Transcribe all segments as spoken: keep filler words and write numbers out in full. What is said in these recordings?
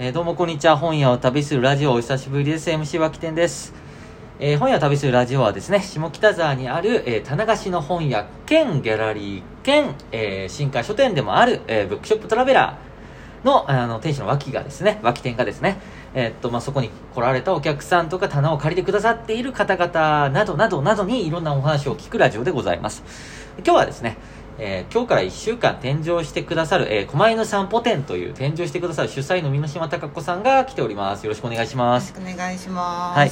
えー、どうもこんにちは。本屋を旅するラジオお久しぶりです。 エムシー 脇店です。えー、本屋を旅するラジオはですね、下北沢にある、えー、棚貸しの本屋兼ギャラリー兼、えー、新海書店でもある、えー、ブックショップトラベラーの、あの店主の脇がですね、脇店がですね、えーっとまあ、そこに来られたお客さんとか棚を借りてくださっている方々などなどなどにいろんなお話を聞くラジオでございます。今日はですね、えー、今日からいっしゅうかん展示をしてくださる、えー、狛犬散歩展という展示をしてくださる主催の箕島貴子さんが来ております。よろしくお願いします。 よろしくお願いします。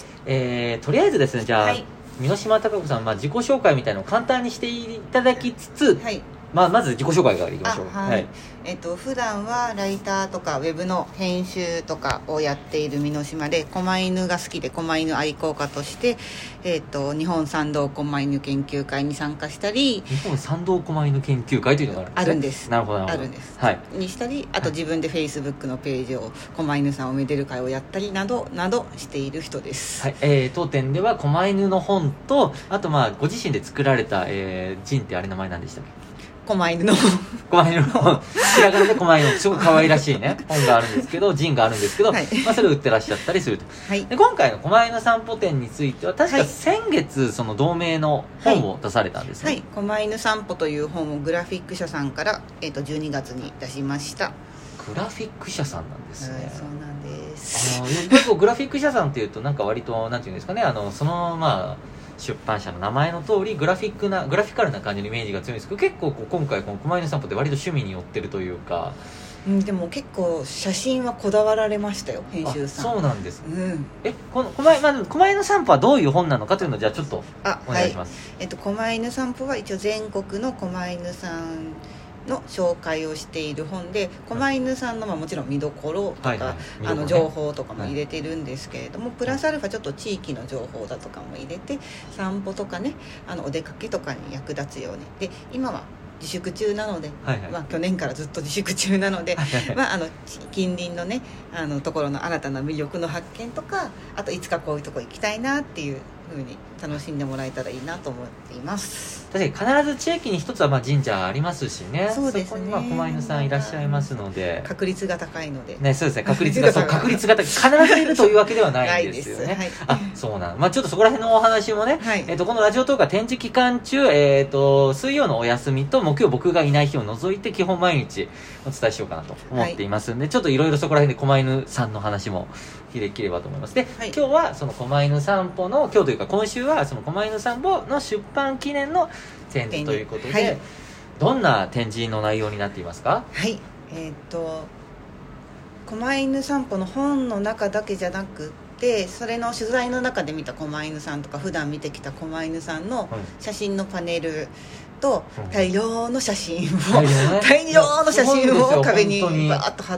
はい、えー、とりあえずですね、じゃあ、はい、箕島貴子さん、まあ、自己紹介みたいなのを簡単にしていただきつつ、はい、まあ、まず自己紹介からいきましょう。 はいはい、えっと、普段はライターとかウェブの編集とかをやっている箕島で、狛犬が好きで狛犬愛好家として、えっと、日本山道狛犬研究会に参加したり、 日本山道狛犬研究会というのがあるんですね。 あるんです。 なるほどなるほど。 あるんです、 はい、 にしたり、あと自分でフェイスブックのページを狛犬さんをめでる会をやったりなどなどしている人です。 はい、えー、当店では狛犬の本と、あとまあご自身で作られた、えー、ジンってあれ名前なんでしたっけ？ 狛犬の狛犬の本、ひらがなで狛犬のすごく可愛らしいね本があるんですけど、ジンがあるんですけど、はい、まあ、それを売ってらっしゃったりすると、はい、で今回の狛犬散歩展については確か先月その同名の本を出されたんですね。 はい、狛犬散歩という本をグラフィック社さんから、えー、とじゅうにがつに出しました。 グラフィック社さんなんですね。 はい、そうなんです。 あの結構グラフィック社さんっていうとなんか割となんていうんですかね、あのそのまあ出版社の名前の通りグラフィックなグラフィカルな感じのイメージが強いんですけど、結構こう今回この狛犬散歩って割と趣味に寄ってるというか、 うん、でも結構写真はこだわられましたよ、編集さん。 そうなんです、 うん、 えこの狛犬、まあ、狛犬散歩はどういう本なのかというのをじゃあちょっとお願いします。 はい、えっと、狛犬散歩は一応全国の狛犬さんの紹介をしている本で、狛犬さんのまあもちろん見どころとか、はいはい、あの情報とかも入れてるんですけれども、はい、プラスアルファちょっと地域の情報だとかも入れて、散歩とかね、あのお出かけとかに役立つように。で今は自粛中なので、はいはい、まあ、去年からずっと自粛中なので、まあ、あの近隣のね、あのところの新たな魅力の発見とか、あといつかこういうとこ行きたいなっていう風に楽しんでもらえたらいいなと思っています。 確かに必ず地域に一つはまあ神社ありますしね。 そうですね、 そこにまあ狛犬さんいらっしゃいますので、 確率が高いので、 ね、そうですね、確率がそう確率が高い、必ずいるというわけではないんですよね。はい、あ、そうなん、まあ、ちょっとそこら辺のお話もね、はい、えー、とこのラジオトークは展示期間中、えー、と水曜のお休みと木曜僕がいない日を除いて基本毎日お伝えしようかなと思っていますんで、はい、ちょっといろいろそこら辺で狛犬さんの話もできればと思います。で、はい、今日はその狛犬散歩の今日というか今週はその狛犬散歩の出版記念の展示ということで、はい、どんな展示の内容になっていますか？ はい、えー、っと狛犬散歩の本の中だけじゃなくて、それの取材の中で見た狛犬さんとか普段見てきた狛犬さんの写真のパネルと大量の写真を、うん、大量の写真を壁にバーッと貼って、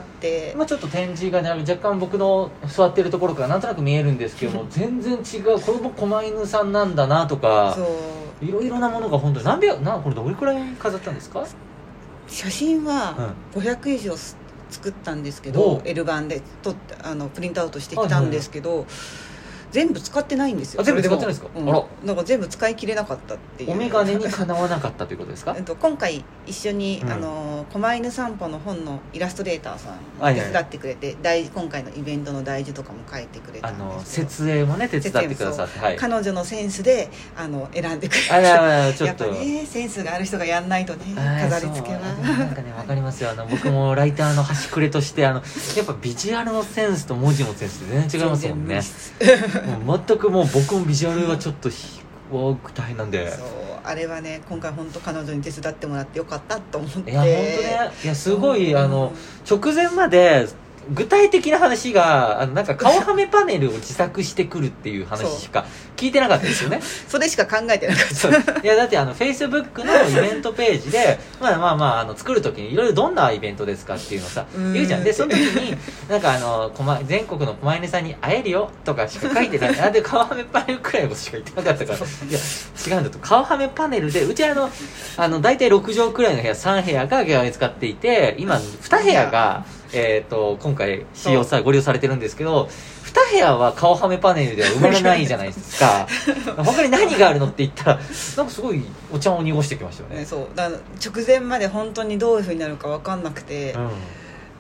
今ちょっと展示がね、若干僕の座ってるところからなんとなく見えるんですけども全然違う、これも狛犬さんなんだなとか、いろいろなものが本当に何百なこれどれくらい飾ったんですか？ 写真はごひゃく以上作ったんですけど、うん、L 版で撮ってあのプリントアウトしてきたんですけど、はいはいはい、全部使ってないんですよ。 あ、全部使ってないですか？ うん、あら、なんか全部使い切れなかったっていう。 お眼鏡にかなわなかったということですか？ 今回一緒に、うん、あの狛犬散歩の本のイラストレーターさん手伝ってくれて、はいはい、今回のイベントの題字とかも書いてくれたんですけど、あの設営もね手伝ってくださって、はい、 彼女のセンスであの選んでくれて、 あらちょっとやっぱねセンスがある人がやんないとね、飾り付けはなんかね分かりますよ。あの僕もライターの端くれとしてあのやっぱビジュアルのセンスと文字のセンスって全然違いますもんね。もう全くもう僕もビジュアルはちょっと多く大変なんで、 そうあれはね今回本当彼女に手伝ってもらってよかったと思って。 いや本当ね、いやすごい、うん、あの直前まで具体的な話があのなんか顔はめパネルを自作してくるっていう話しか聞いてなかったですよね。 それしか考えてなかった。 いやだってあのフェイスブックのイベントページでまあまあまあ、あの作る時にいろいろどんなイベントですかっていうのさ言うじゃん。でその時になんかあの全国の狛犬さんに会えるよとかしか書いてない。あで顔はめパネルくらいことしか言ってなかったから、いや違うんだと、顔はめパネルでうちあのあの大体ろくじょうくらいの部屋さんへやがギャラリー使っていて、今にへやがえー、と今回使用さご利用されてるんですけど、に部屋は顔はめパネルでは埋まらないじゃないですか。他に何があるのって言ったらなんかすごいお茶を濁してきましたよね。 そうだ直前まで本当にどういう風になるか分かんなくて、うん、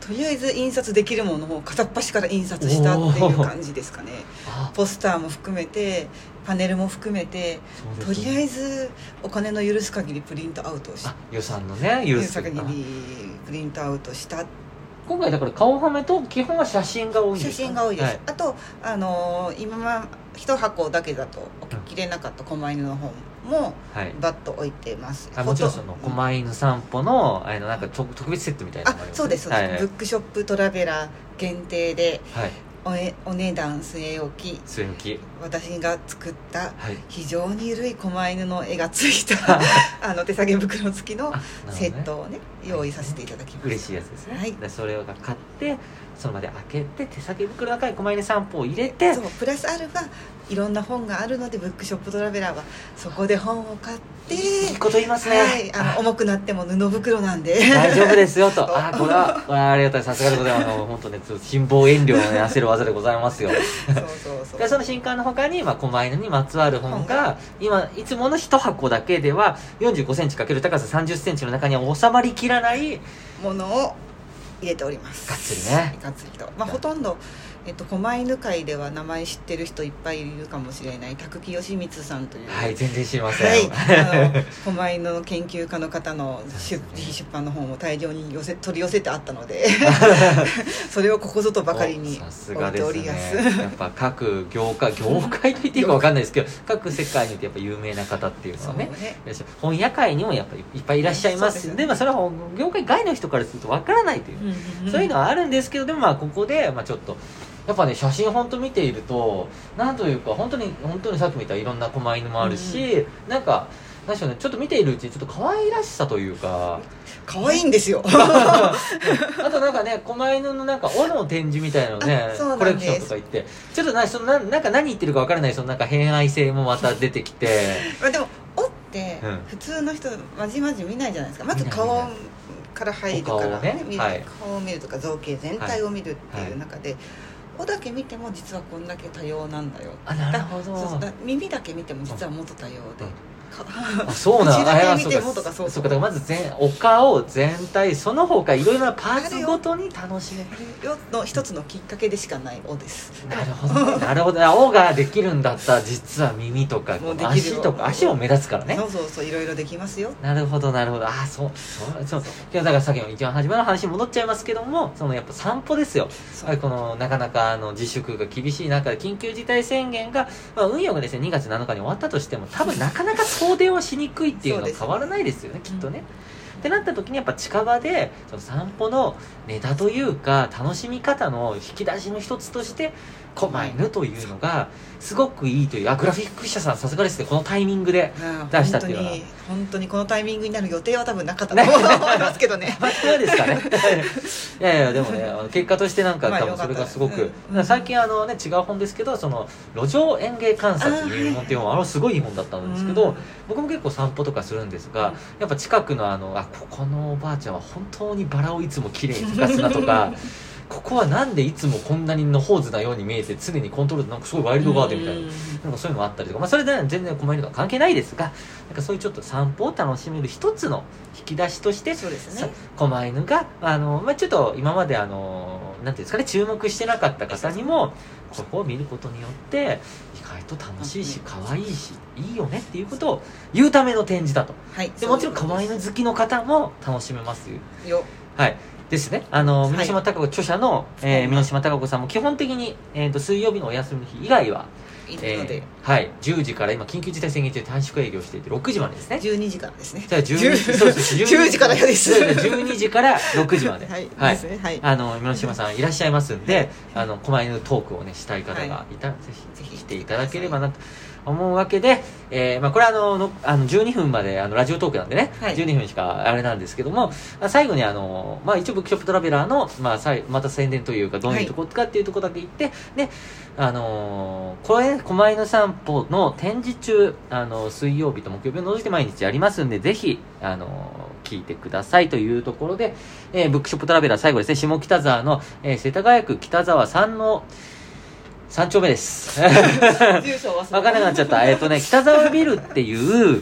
とりあえず印刷できるものを片っ端から印刷したっていう感じですかね。ポスターも含めてパネルも含めて、とりあえずお金の許す限りプリントアウトし予算のね許す限りプリントアウトした。 今回だから顔はめと基本は写真が多いんですか？ 写真が多いです、 はい、 あと、あのー、今は一箱だけだと置ききれなかった狛犬の本もバッと置いてます、 はい、もちろんその狛犬散歩のあのなんか特別セットみたいなのもあります、ね、 あそうですそうです、 はい、 ブックショップトラベラー限定で、 はい、 お, えお値段据え置き据え置き私が作ったはい非常に緩い狛犬の絵がついたあの手提げ袋付きのセットをね用意させていただきました。 嬉しいやつですね、 はい、 でそれを買ってその場で開けて手提げ袋の中に狛犬散歩を入れて、 そうプラスアルファいろんな本があるのでブックショップトラベラーはそこで本を買っていいこと言いますね、 はい、あの重くなっても布袋なんで大丈夫ですよとあこれはこれはありがたい、さすがでございます本当ね辛抱遠慮をね焦る技でございますよそうそうそうでその新刊の他に、まあ、狛犬にまつわる本が今いつもの一箱だけではよんじゅうごセンチ×高ささんじゅっセンチの中には収まりきらないものを入れております。 がっつりねがっつりと、まあ、ほとんど、えっと、狛犬界では名前知ってる人いっぱいいるかもしれない宅木義光さんという、 はい全然知りません、 はい、あの狛犬の研究家の方の出出版の本を大量に寄せ取り寄せてあったのでそれをここぞとばかりに置いておりやす、 ね、やっぱ各業界業界と言っていいか分かんないですけど各世界によってやっぱ有名な方っていうのはねね本屋界にもやっぱりいっぱいいらっしゃいますので、まあ、それは業界外の人からすると分からないという、うんうんうん、そういうのはあるんですけどでもまあここでまあちょっとやっぱね写真本当見ているとなんというか本当に本当にさっきも言ったいろんな狛犬もあるし、うん、なんか何でしょうねちょっと見ているうちにちょっと可愛らしさというか可愛いんですよあとなんかね狛犬のなんか尾の展示みたいなのねコレクションとか言ってちょっとなそのななんか何言ってるか分からないそのなんか偏愛性もまた出てきてまあでも尾って普通の人まじまじ見ないじゃないですか、まず顔から入るからね、見る、はい、顔を見るとか造形全体を見るっていう中で、はいはい、尾だけ見ても実はこんだけ多様なんだよ。 あなるほど。 そうそうだ耳だけ見ても実はもっと多様で、 あそうなん口だけ見てもとかそうそうそうかまず全お顔全体その他いろいろなパーツごとに楽しめるよの一つのきっかけでしかない尾です。 なるほどなるほど尾ができるんだったら実は耳とか足とか足も目立つからね。 そうそうそういろいろできますよ。 なるほどなるほどあそうそうそういやだからさっきの一番初めの話に戻っちゃいますけどもそのやっぱ散歩ですよ。このなかなかあの自粛が厳しい中で緊急事態宣言が、まあ、運用がですねにがつなのかに終わったとしても多分なかなか遠出はしにくいっていうのは変わらないですよねきっとね、うん、ってなった時にやっぱ近場でその散歩のネタというか楽しみ方の引き出しの一つとして狛犬というのがすごくいいというあグラフィック社さんさすがですねこのタイミングで出したっていうのは本当にこのタイミングになる予定は多分なかったと思いますけどねまあそうですかねいやいやでもね結果としてなんか多分それがすごく、うん、最近あのね違う本ですけどその路上園芸観察入門っていう本あのすごいいい本だったんですけど、うん、僕も結構散歩とかするんですが、うん、やっぱ近くのあのあここのおばあちゃんは本当にバラをいつもきれいに咲かすなとかここはなんでいつもこんなに野放図なように見えて常にコントロールなんかすごいワイルドガーデンみたいななんかそういうのもあったりとか、まあ、それで全然狛犬とは関係ないですがなんかそういうちょっと散歩を楽しめる一つの引き出しとしてそうですね狛犬があの、まあ、ちょっと今まであのなんていうんですかね注目してなかった方にもここを見ることによって意外と楽しいし可愛いしいいよねっていうことを言うための展示だと、はい、でもちろん狛犬好きの方も楽しめますよはいですね、あの箕島貴子著者の、えー、箕島貴子さんも基本的に、えー、と水曜日のお休みの日以外はいるので、 えー、はいじゅうじから今緊急事態宣言中で短縮営業していてろくじまでですねじゅうにじからですねじゃあじゅうにじそうですじゅうじから嫌ですじゅうにじからろくじまではい、はい、ですねはいあの箕島さんいらっしゃいますんであの狛犬トークをねしたい方がいたら、はい、ぜひぜひしていただければなと思うわけで、えーまあ、これはあののあのじゅうにふんまであのラジオトークなんでね、はい、じゅうにふんしかあれなんですけども最後にあの、まあ、一応ブックショップトラベラーの、まあ、さいまた宣伝というかどういうところかっていうところだけ言って、はい、であのー、これ狛犬散歩の展示中あの水曜日と木曜日を除いて毎日ありますんでぜひあのー、聞いてくださいというところで、えー、ブックショップトラベラー最後ですね下北沢の、えー、世田谷区北沢さんの三丁目です。 住所忘れた。 分からなくなっちゃった。えっとね、北沢ビルっていう、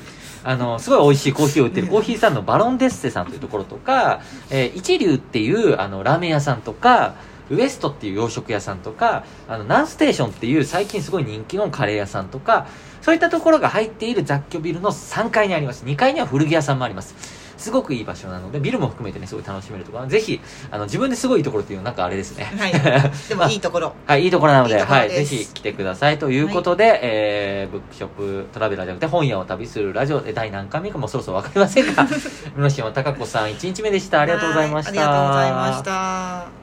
あのすごい美味しいコーヒーを売ってるコーヒーさんのバロンデッセさんというところとか、えー、一流っていうあのラーメン屋さんとか、ウエストっていう洋食屋さんとか、あのナンステーションっていう最近すごい人気のカレー屋さんとか、そういったところが入っている雑居ビルのさんかいにあります。にかいには古着屋さんもあります。すごくいい場所なので、ビルも含めてね、すごい楽しめるところ。ぜひ、あの、自分ですごいいいところっていうのなんかあれですね。 はい。でもいいところ。 はい、いいところなので、 いいところはい、 ですぜひ来てくださいということで、はい、えー、ブックショップトラベラーじゃなくて本屋を旅するラジオで第何回目かもそろそろわかりませんが、室島貴子さんいちにちめでした。ありがとうございました。 ありがとうございました。